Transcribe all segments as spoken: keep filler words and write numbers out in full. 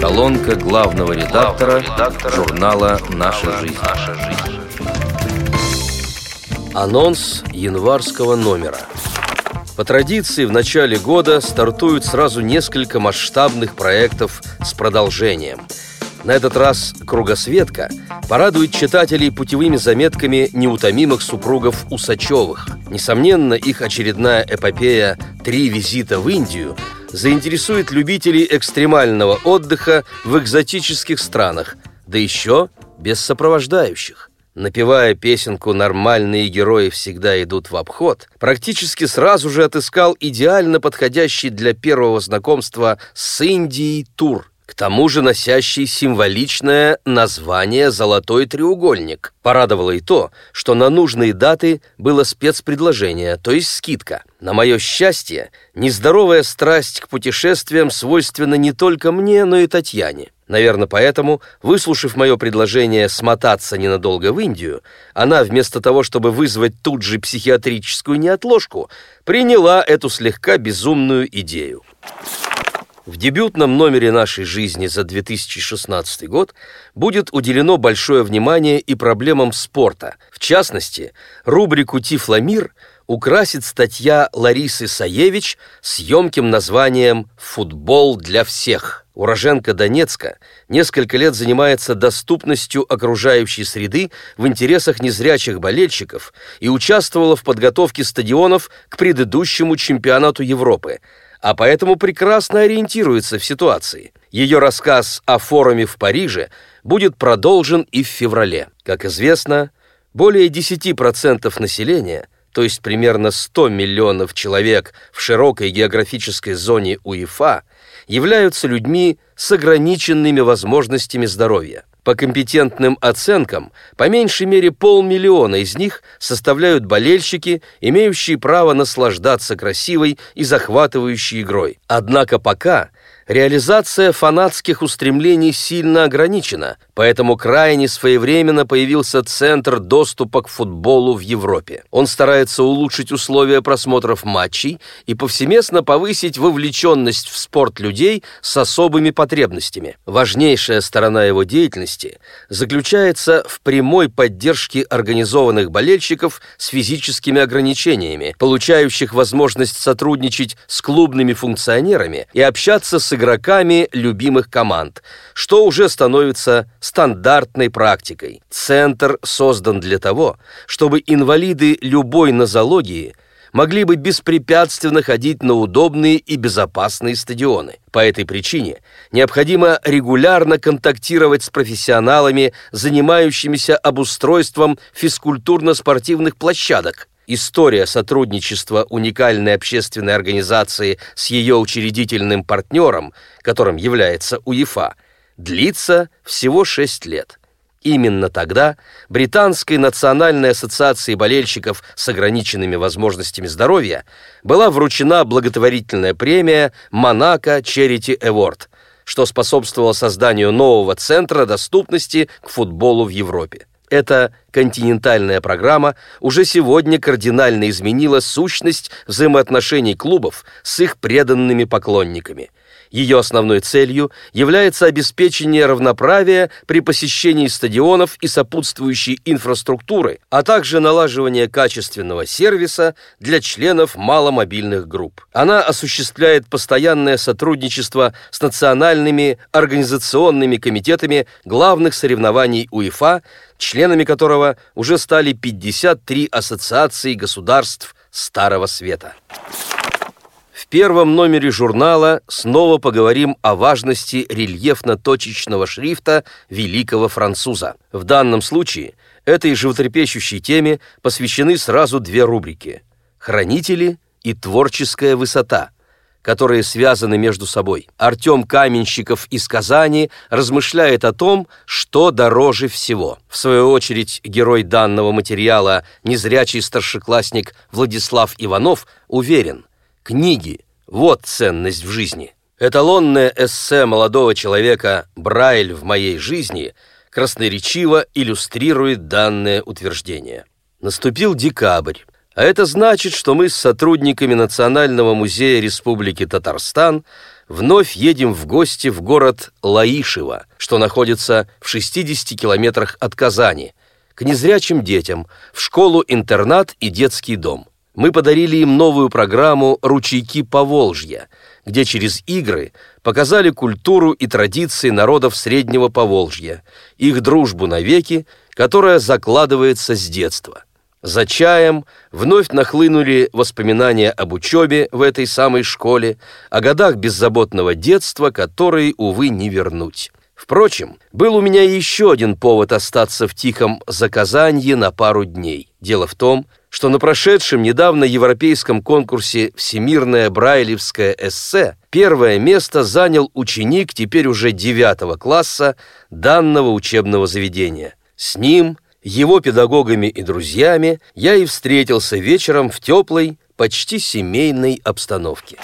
Колонка главного редактора, редактора журнала «Наша жизнь». «Наша жизнь». Анонс январского номера. По традиции, в начале года стартуют сразу несколько масштабных проектов с продолжением. На этот раз «Кругосветка» порадует читателей путевыми заметками неутомимых супругов Усачевых. Несомненно, их очередная эпопея «Три визита в Индию» заинтересует любителей экстремального отдыха в экзотических странах, да еще без сопровождающих. Напевая песенку «Нормальные герои всегда идут в обход», практически сразу же отыскал идеально подходящий для первого знакомства с Индией тур, к тому же носящий символичное название «Золотой треугольник». Порадовало и то, что на нужные даты было спецпредложение, то есть скидка. На мое счастье, нездоровая страсть к путешествиям свойственна не только мне, но и Татьяне. Наверное, поэтому, выслушав мое предложение смотаться ненадолго в Индию, она, вместо того, чтобы вызвать тут же психиатрическую неотложку, приняла эту слегка безумную идею. В дебютном номере «Нашей жизни» за две тысячи шестнадцатый год будет уделено большое внимание и проблемам спорта. В частности, рубрику «Тифломир» украсит статья Ларисы Саевич с емким названием «Футбол для всех». Уроженка Донецка несколько лет занимается доступностью окружающей среды в интересах незрячих болельщиков и участвовала в подготовке стадионов к предыдущему чемпионату Европы, а поэтому прекрасно ориентируется в ситуации. Ее рассказ о форуме в Париже будет продолжен и в феврале. Как известно, более десять процентов населения, то есть примерно сто миллионов человек в широкой географической зоне УЕФА, являются людьми с ограниченными возможностями здоровья. По компетентным оценкам, по меньшей мере полмиллиона из них составляют болельщики, имеющие право наслаждаться красивой и захватывающей игрой. Однако пока реализация фанатских устремлений сильно ограничена, поэтому крайне своевременно появился Центр доступа к футболу в Европе. Он старается улучшить условия просмотров матчей и повсеместно повысить вовлеченность в спорт людей с особыми потребностями. Важнейшая сторона его деятельности заключается в прямой поддержке организованных болельщиков с физическими ограничениями, получающих возможность сотрудничать с клубными функционерами и общаться с игроками любимых команд, что уже становится стандартной практикой. Центр создан для того, чтобы инвалиды любой нозологии могли бы беспрепятственно ходить на удобные и безопасные стадионы. По этой причине необходимо регулярно контактировать с профессионалами, занимающимися обустройством физкультурно-спортивных площадок. История сотрудничества уникальной общественной организации с ее учредительным партнером, которым является УЕФА, длится всего шесть лет. Именно тогда Британской национальной ассоциации болельщиков с ограниченными возможностями здоровья была вручена благотворительная премия Monaco Charity Award, что способствовало созданию нового центра доступности к футболу в Европе. Эта континентальная программа уже сегодня кардинально изменила сущность взаимоотношений клубов с их преданными поклонниками. Ее основной целью является обеспечение равноправия при посещении стадионов и сопутствующей инфраструктуры, а также налаживание качественного сервиса для членов маломобильных групп. Она осуществляет постоянное сотрудничество с национальными организационными комитетами главных соревнований УЕФА, членами которого уже стали пятьдесят три ассоциации государств Старого Света. В первом номере журнала снова поговорим о важности рельефно-точечного шрифта великого француза. В данном случае этой животрепещущей теме посвящены сразу две рубрики – «Хранители» и «Творческая высота», которые связаны между собой. Артем Каменщиков из Казани размышляет о том, что дороже всего. В свою очередь, герой данного материала, незрячий старшеклассник Владислав Иванов, уверен – книги – вот ценность в жизни. Эталонное эссе молодого человека «Брайль в моей жизни» красноречиво иллюстрирует данное утверждение. Наступил декабрь. А это значит, что мы с сотрудниками Национального музея Республики Татарстан вновь едем в гости в город Лаишево, что находится в шестидесяти километрах от Казани, к незрячим детям, в школу-интернат и детский дом. Мы подарили им новую программу «Ручейки Поволжья», где через игры показали культуру и традиции народов Среднего Поволжья, их дружбу навеки, которая закладывается с детства. За чаем вновь нахлынули воспоминания об учебе в этой самой школе, о годах беззаботного детства, которые, увы, не вернуть. Впрочем, был у меня еще один повод остаться в тихом Заказанье на пару дней. Дело в том, что на прошедшем недавно европейском конкурсе «Всемирное брайлевское эссе» первое место занял ученик теперь уже девятого класса данного учебного заведения. С ним, его педагогами и друзьями я и встретился вечером в теплой, почти семейной обстановке.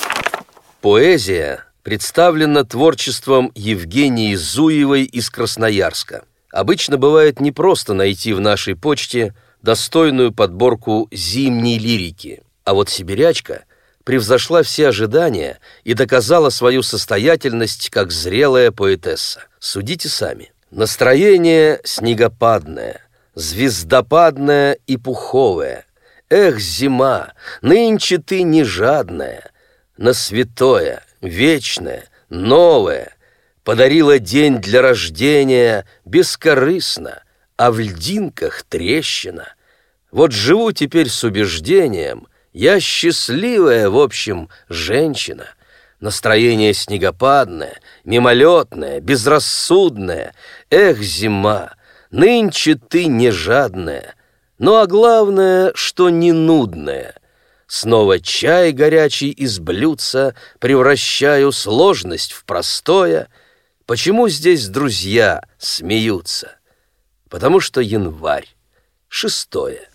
Поэзия представлена творчеством Евгении Зуевой из Красноярска. Обычно бывает непросто найти в нашей почте достойную подборку зимней лирики, а вот сибирячка превзошла все ожидания и доказала свою состоятельность как зрелая поэтесса. Судите сами. Настроение снегопадное, звездопадное и пуховое. Эх, зима, нынче ты не жадная, на святое, вечное, новое подарила день для рождения бескорыстно, а в льдинках трещина. Вот живу теперь с убеждением, я счастливая, в общем, женщина. Настроение снегопадное, мимолетное, безрассудное. Эх, зима, нынче ты не жадная, ну а главное, что не нудная. Снова чай горячий из блюдца превращаю сложность в простое. Почему здесь друзья смеются? Потому что январь, шестое.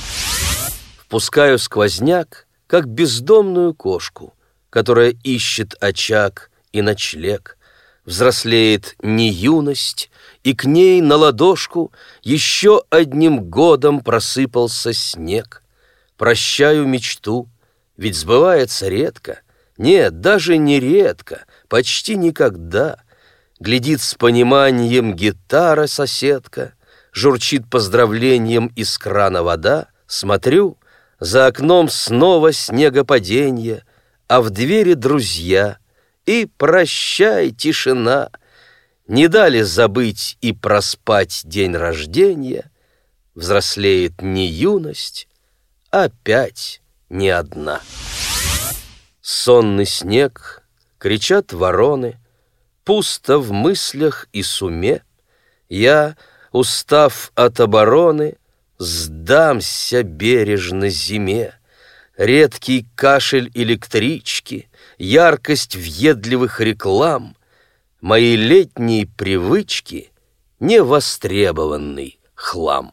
Впускаю сквозняк, как бездомную кошку, которая ищет очаг и ночлег. Взрослеет не юность, и к ней на ладошку еще одним годом просыпался снег. Прощаю мечту, ведь сбывается редко, нет, даже не редко, почти никогда. Глядит с пониманием гитара-соседка, журчит поздравлением из крана вода. Смотрю, за окном снова снегопаденье, а в двери друзья, и прощай, тишина. Не дали забыть и проспать день рождения. Взрослеет не юность, опять не одна. Сонный снег, кричат вороны, пусто в мыслях и суме. Я, устав от обороны, сдамся бережно зиме. Редкий кашель электрички, яркость въедливых реклам, мои летние привычки — невостребованный хлам.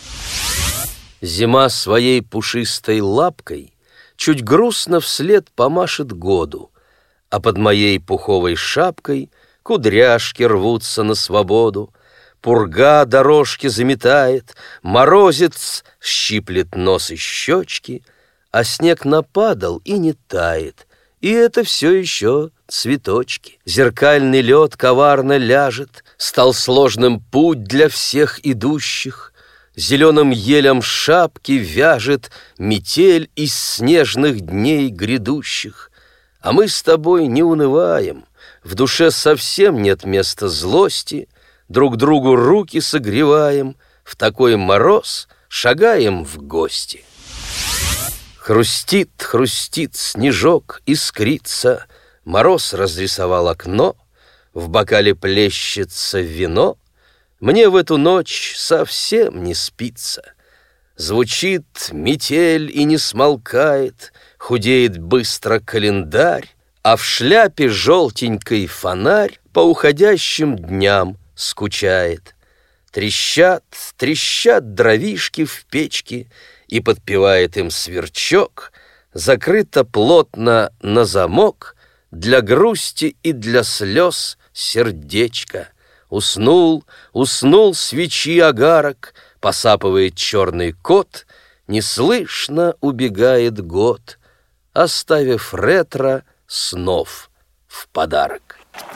Зима своей пушистой лапкой чуть грустно вслед помашет году, а под моей пуховой шапкой кудряшки рвутся на свободу. Пурга дорожки заметает, морозец щиплет нос и щечки, а снег нападал и не тает, и это все еще цветочки. Зеркальный лед коварно ляжет, стал сложным путь для всех идущих. Зеленым елям шапки вяжет метель из снежных дней грядущих. А мы с тобой не унываем, в душе совсем нет места злости, друг другу руки согреваем, в такой мороз шагаем в гости. Хрустит, хрустит снежок, искрится, мороз разрисовал окно, в бокале плещется вино. Мне в эту ночь совсем не спится. Звучит метель и не смолкает, худеет быстро календарь, а в шляпе желтенькой фонарь по уходящим дням скучает. Трещат, трещат дровишки в печке, и подпевает им сверчок. Закрыто плотно на замок для грусти и для слез сердечко. Уснул, уснул свечи огарок, посапывает черный кот, неслышно убегает год, оставив ретро снов в подарок.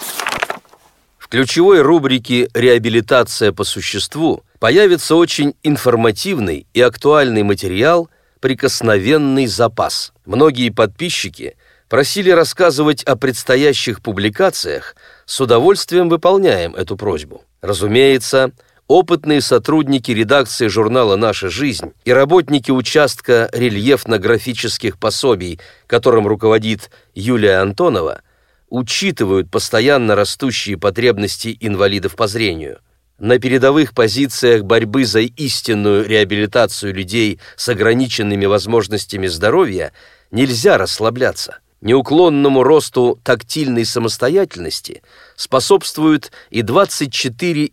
В ключевой рубрике «Реабилитация по существу» появится очень информативный и актуальный материал «Прикосновенный запас». Многие подписчики просили рассказывать о предстоящих публикациях, с удовольствием выполняем эту просьбу. Разумеется, опытные сотрудники редакции журнала «Наша жизнь» и работники участка рельефно-графических пособий, которым руководит Юлия Антонова, учитывают постоянно растущие потребности инвалидов по зрению. На передовых позициях борьбы за истинную реабилитацию людей с ограниченными возможностями здоровья нельзя расслабляться. Неуклонному росту тактильной самостоятельности способствуют и двадцать четыре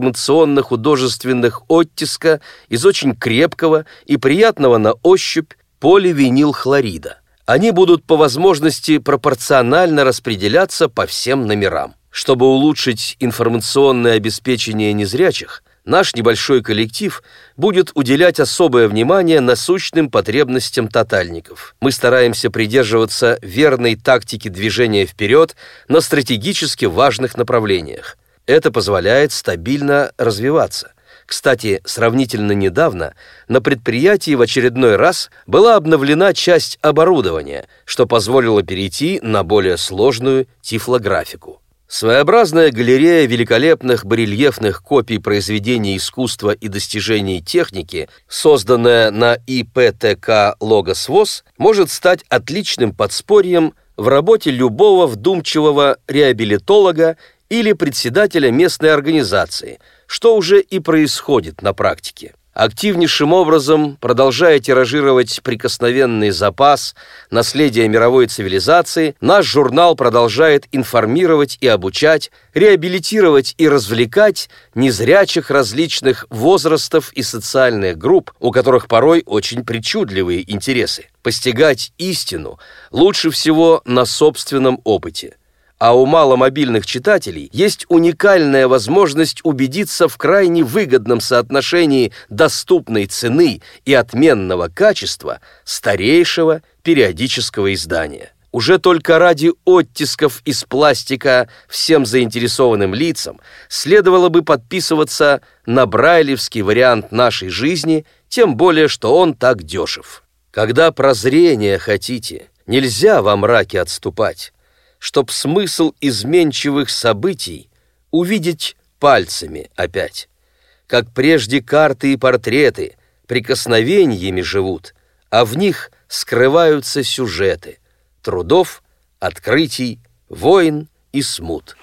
информационно-художественных оттиска из очень крепкого и приятного на ощупь поливинилхлорида. Они будут по возможности пропорционально распределяться по всем номерам. Чтобы улучшить информационное обеспечение незрячих, наш небольшой коллектив будет уделять особое внимание насущным потребностям тотальников. Мы стараемся придерживаться верной тактики движения вперед на стратегически важных направлениях. Это позволяет стабильно развиваться. Кстати, сравнительно недавно на предприятии в очередной раз была обновлена часть оборудования, что позволило перейти на более сложную тифлографику. Своеобразная галерея великолепных барельефных копий произведений искусства и достижений техники, созданная на И П Т К «Логос ВОС», может стать отличным подспорьем в работе любого вдумчивого реабилитолога или председателя местной организации, что уже и происходит на практике. Активнейшим образом, продолжая тиражировать «Прикосновенный запас», наследие мировой цивилизации, наш журнал продолжает информировать и обучать, реабилитировать и развлекать незрячих различных возрастов и социальных групп, у которых порой очень причудливые интересы. Постигать истину лучше всего на собственном опыте. А у маломобильных читателей есть уникальная возможность убедиться в крайне выгодном соотношении доступной цены и отменного качества старейшего периодического издания. Уже только ради оттисков из пластика всем заинтересованным лицам следовало бы подписываться на брайлевский вариант «Нашей жизни», тем более, что он так дешев. Когда прозрения хотите, нельзя во мраке отступать, чтоб смысл изменчивых событий увидеть пальцами опять. Как прежде карты и портреты прикосновениями живут, а в них скрываются сюжеты трудов, открытий, войн и смут.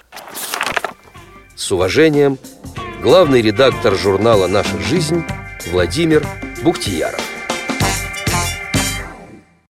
С уважением, главный редактор журнала «Наша жизнь» Владимир Бухтияров.